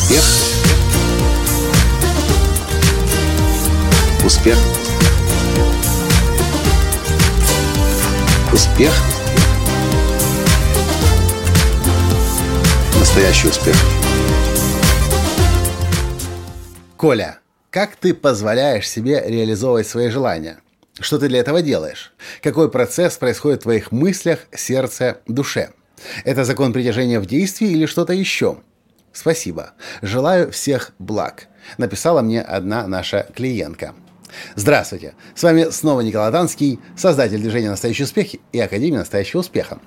Успех. Успех. Успех. Настоящий успех. Коля, как ты позволяешь себе реализовывать свои желания? Что ты для этого делаешь? Какой процесс происходит в твоих мыслях, сердце, душе? Это закон притяжения в действии или что-то еще? Спасибо. Желаю всех благ. Написала мне одна наша клиентка. Здравствуйте. С вами снова Николай Танский, создатель движения «Настоящий успех» и Академии «Настоящего успеха».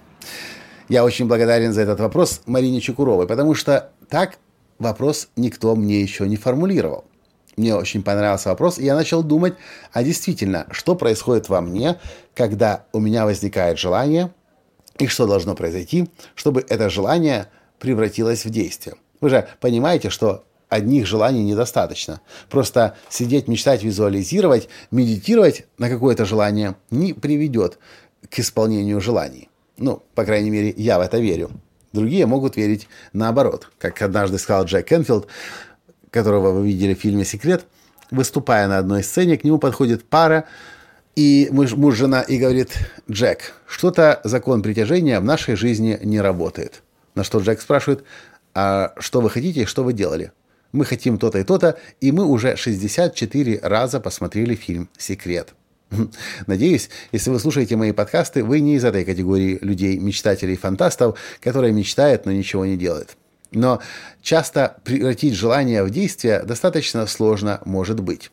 Я очень благодарен за этот вопрос Марине Чекуровой, потому что так вопрос никто мне еще не формулировал. Мне очень понравился вопрос, и я начал думать, а действительно, что происходит во мне, когда у меня возникает желание, и что должно произойти, чтобы это желание превратилось в действие. Вы же понимаете, что одних желаний недостаточно. Просто сидеть, мечтать, визуализировать, медитировать на какое-то желание не приведет к исполнению желаний. Ну, по крайней мере, я в это верю. Другие могут верить наоборот. Как однажды сказал Джек Кенфилд, которого вы видели в фильме «Секрет», выступая на одной сцене, к нему подходит пара, и муж-жена, и говорит: «Джек, что-то закон притяжения в нашей жизни не работает». На что Джек спрашивает: «А что вы хотите и что вы делали?» «Мы хотим то-то и то-то, и мы уже 64 раза посмотрели фильм «Секрет». Надеюсь, если вы слушаете мои подкасты, вы не из этой категории людей, мечтателей, фантастов, которые мечтают, но ничего не делают. Но часто превратить желание в действие достаточно сложно может быть.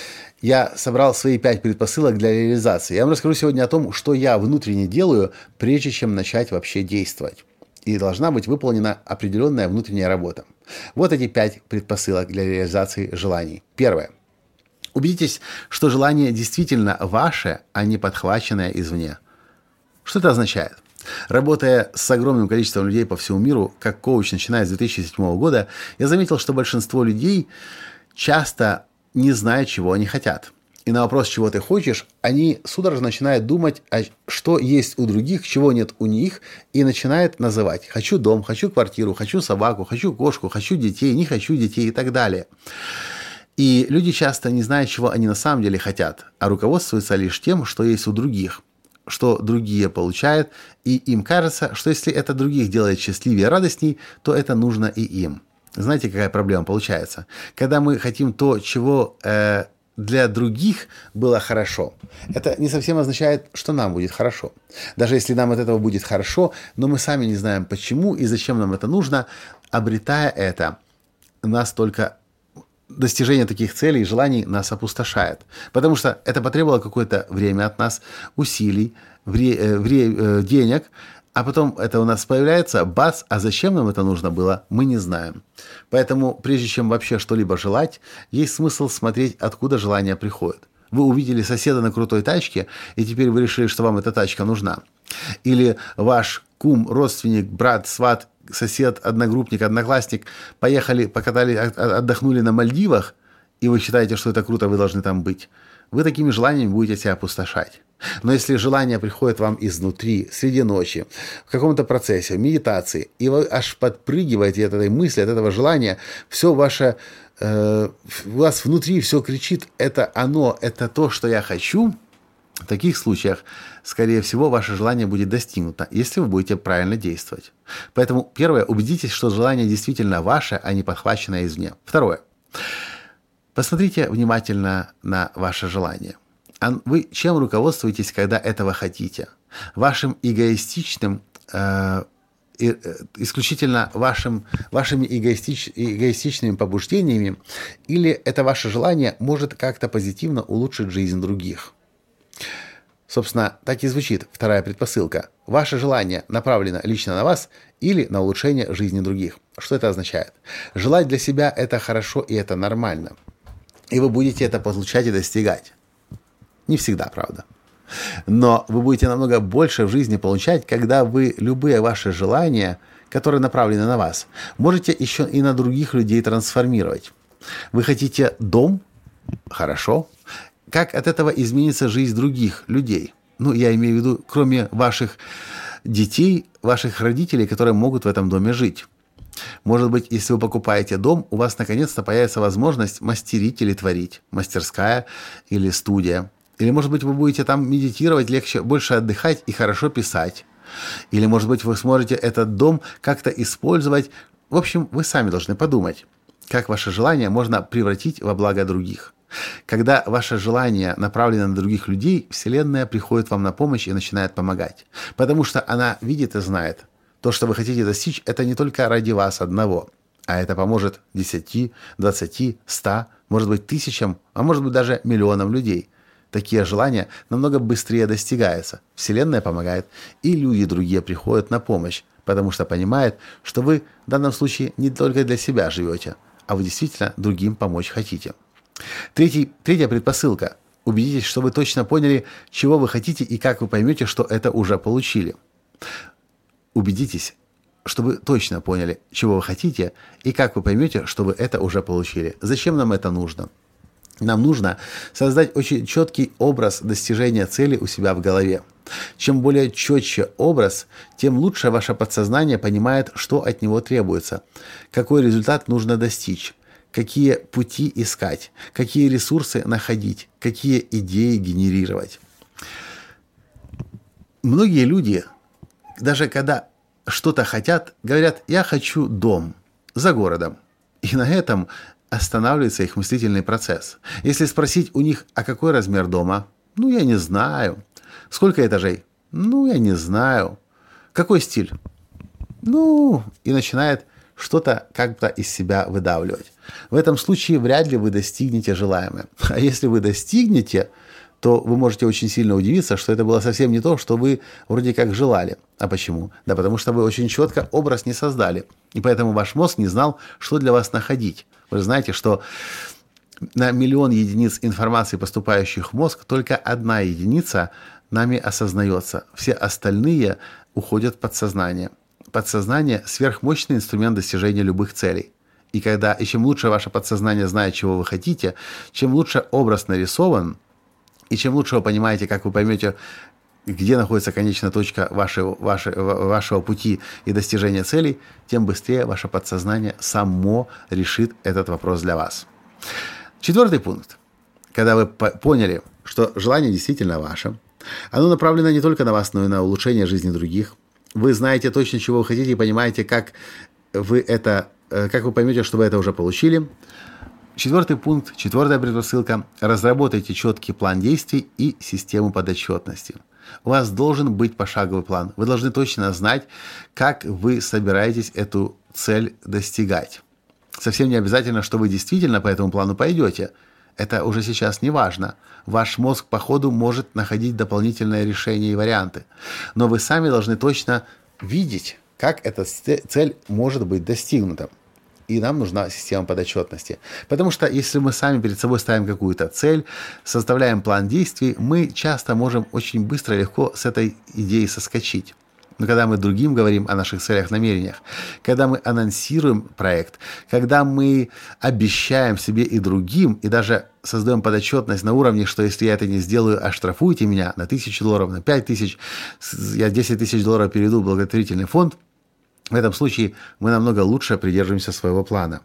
Я собрал свои 5 предпосылок для реализации. Я вам расскажу сегодня о том, что я внутренне делаю, прежде чем начать вообще действовать. И должна быть выполнена определенная внутренняя работа. Вот эти 5 предпосылок для реализации желаний. Первое. Убедитесь, что желание действительно ваше, а не подхваченное извне. Что это означает? Работая с огромным количеством людей по всему миру, как коуч, начиная с 2007 года, я заметил, что большинство людей часто не знают, чего они хотят. И на вопрос, чего ты хочешь, они судорожно начинают думать, что есть у других, чего нет у них, и начинают называть: хочу дом, хочу квартиру, хочу собаку, хочу кошку, хочу детей, не хочу детей и так далее. И люди часто не знают, чего они на самом деле хотят, а руководствуются лишь тем, что есть у других, что другие получают, и им кажется, что если это других делает счастливее и радостней, то это нужно и им. Знаете, какая проблема получается? Когда мы хотим то, чего для других было хорошо, это не совсем означает, что нам будет хорошо. Даже если нам от этого будет хорошо, но мы сами не знаем, почему и зачем нам это нужно, обретая это, нас только достижение таких целей и желаний нас опустошает. Потому что это потребовало какое-то время от нас, усилий, денег, а потом это у нас появляется, бац, а зачем нам это нужно было, мы не знаем. Поэтому, прежде чем вообще что-либо желать, есть смысл смотреть, откуда желание приходит. Вы увидели соседа на крутой тачке, и теперь вы решили, что вам эта тачка нужна. Или ваш кум, родственник, брат, сват, сосед, одногруппник, одноклассник поехали, покатали, отдохнули на Мальдивах, и вы считаете, что это круто, вы должны там быть. Вы такими желаниями будете себя опустошать. Но если желание приходит вам изнутри, среди ночи, в каком-то процессе, в медитации, и вы аж подпрыгиваете от этой мысли, от этого желания, все ваше, у вас внутри все кричит: это оно, это то, что я хочу. В таких случаях, скорее всего, ваше желание будет достигнуто, если вы будете правильно действовать. Поэтому, первое, убедитесь, что желание действительно ваше, а не подхваченное извне. Второе. Посмотрите внимательно на ваше желание. Вы чем руководствуетесь, когда этого хотите? Вашим эгоистичным, исключительно вашими эгоистичными побуждениями, или это ваше желание может как-то позитивно улучшить жизнь других? Собственно, так и звучит вторая предпосылка. Ваше желание направлено лично на вас или на улучшение жизни других. Что это означает? Желать для себя – это хорошо и это нормально. И вы будете это получать и достигать. Не всегда, правда. Но вы будете намного больше в жизни получать, когда вы любые ваши желания, которые направлены на вас, можете еще и на других людей трансформировать. Вы хотите дом? Хорошо. Как от этого изменится жизнь других людей? Ну, я имею в виду, кроме ваших детей, ваших родителей, которые могут в этом доме жить. Может быть, если вы покупаете дом, у вас наконец-то появится возможность мастерить или творить. Мастерская или студия. Или, может быть, вы будете там медитировать, легче, больше отдыхать и хорошо писать. Или, может быть, вы сможете этот дом как-то использовать. В общем, вы сами должны подумать, как ваше желание можно превратить во благо других. Когда ваше желание направлено на других людей, Вселенная приходит вам на помощь и начинает помогать. Потому что она видит и знает. То, что вы хотите достичь, это не только ради вас одного, а это поможет 10, 20, 100, может быть, тысячам, а может быть, даже миллионам людей. Такие желания намного быстрее достигаются. Вселенная помогает, и люди другие приходят на помощь, потому что понимают, что вы в данном случае не только для себя живете, а вы действительно другим помочь хотите. Третья предпосылка. Убедитесь, что вы точно поняли, чего вы хотите и как вы поймете, что это уже получили. Убедитесь, что вы точно поняли, чего вы хотите и как вы поймете, что вы это уже получили. Зачем нам это нужно? Нам нужно создать очень четкий образ достижения цели у себя в голове. Чем более четче образ, тем лучше ваше подсознание понимает, что от него требуется, какой результат нужно достичь, какие пути искать, какие ресурсы находить, какие идеи генерировать. Многие люди, даже когда что-то хотят, говорят: «Я хочу дом за городом». И на этом останавливается их мыслительный процесс. Если спросить у них, а какой размер дома? Я не знаю. Сколько этажей? Я не знаю. Какой стиль? И начинает что-то как-то из себя выдавливать. В этом случае вряд ли вы достигнете желаемое. А если вы достигнете, то вы можете очень сильно удивиться, что это было совсем не то, что вы вроде как желали. А почему? Да потому что вы очень четко образ не создали. И поэтому ваш мозг не знал, что для вас находить. Вы же знаете, что на миллион единиц информации, поступающих в мозг, только 1 единица нами осознается. Все остальные уходят в подсознание. Подсознание – сверхмощный инструмент достижения любых целей. И чем лучше ваше подсознание знает, чего вы хотите, чем лучше образ нарисован, и чем лучше вы понимаете, как вы поймете, где находится конечная точка вашего пути и достижения целей, тем быстрее ваше подсознание само решит этот вопрос для вас. 4 пункт. Когда вы поняли, что желание действительно ваше, оно направлено не только на вас, но и на улучшение жизни других. Вы знаете точно, чего вы хотите, и понимаете, как вы поймете, что вы это уже получили. 4 пункт, 4 предпосылка. Разработайте четкий план действий и систему подотчетности. У вас должен быть пошаговый план. Вы должны точно знать, как вы собираетесь эту цель достигать. Совсем не обязательно, что вы действительно по этому плану пойдете. Это уже сейчас не важно. Ваш мозг по ходу может находить дополнительные решения и варианты. Но вы сами должны точно видеть, как эта цель может быть достигнута. И нам нужна система подотчетности. Потому что если мы сами перед собой ставим какую-то цель, составляем план действий, мы часто можем очень быстро и легко с этой идеей соскочить. Но когда мы другим говорим о наших целях, намерениях, когда мы анонсируем проект, когда мы обещаем себе и другим, и даже создаем подотчетность на уровне, что если я это не сделаю, оштрафуйте меня на $1000, на 5000, я $10 000 переведу в благотворительный фонд, в этом случае мы намного лучше придерживаемся своего плана.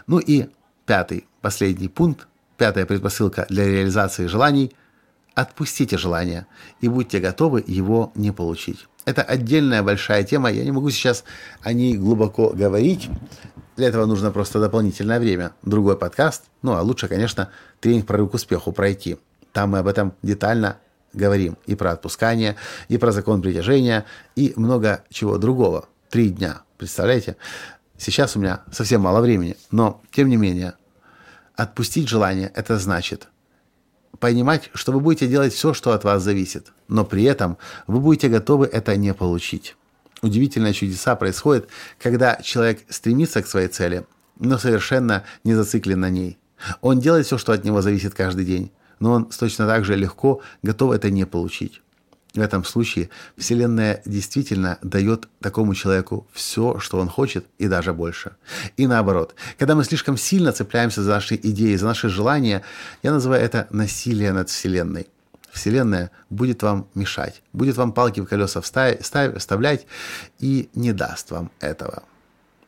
И 5, последний пункт, 5 предпосылка для реализации желаний – отпустите желание и будьте готовы его не получить. Это отдельная большая тема, я не могу сейчас о ней глубоко говорить. Для этого нужно просто дополнительное время. Другой подкаст, а лучше, конечно, тренинг «Прорыв к успеху» пройти. Там мы об этом детально говорим. И про отпускание, и про закон притяжения, и много чего другого. 3 дня, представляете? Сейчас у меня совсем мало времени, но, тем не менее, отпустить желание – это значит понимать, что вы будете делать все, что от вас зависит, но при этом вы будете готовы это не получить. Удивительные чудеса происходят, когда человек стремится к своей цели, но совершенно не зациклен на ней. Он делает все, что от него зависит каждый день, но он точно так же легко готов это не получить. В этом случае Вселенная действительно дает такому человеку все, что он хочет, и даже больше. И наоборот, когда мы слишком сильно цепляемся за наши идеи, за наши желания, я называю это насилие над Вселенной. Вселенная будет вам мешать, будет вам палки в колеса вставлять и не даст вам этого.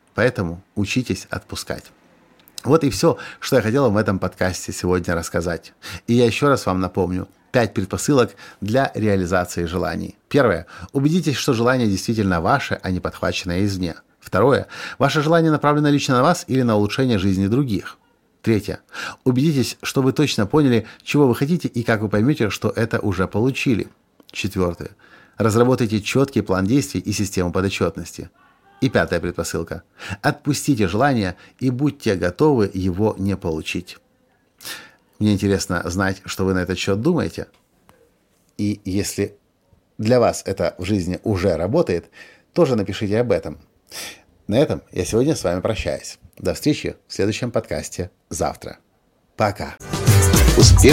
Поэтому учитесь отпускать. Вот и все, что я хотел в этом подкасте сегодня рассказать. И я еще раз вам напомню 5 предпосылок для реализации желаний. Первое. Убедитесь, что желание действительно ваше, а не подхваченное извне. Второе. Ваше желание направлено лично на вас или на улучшение жизни других. Третье. Убедитесь, что вы точно поняли, чего вы хотите и как вы поймете, что это уже получили. Четвертое. Разработайте четкий план действий и систему подотчетности. И 5-я предпосылка. Отпустите желание и будьте готовы его не получить. Мне интересно знать, что вы на этот счет думаете. И если для вас это в жизни уже работает, тоже напишите об этом. На этом я сегодня с вами прощаюсь. До встречи в следующем подкасте завтра. Пока. Успех.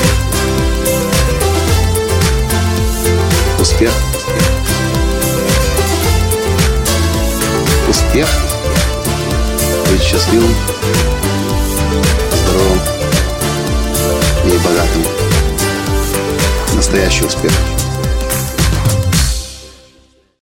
Успех. Успех. Быть счастливым, здоровым и богатым. Настоящий успех.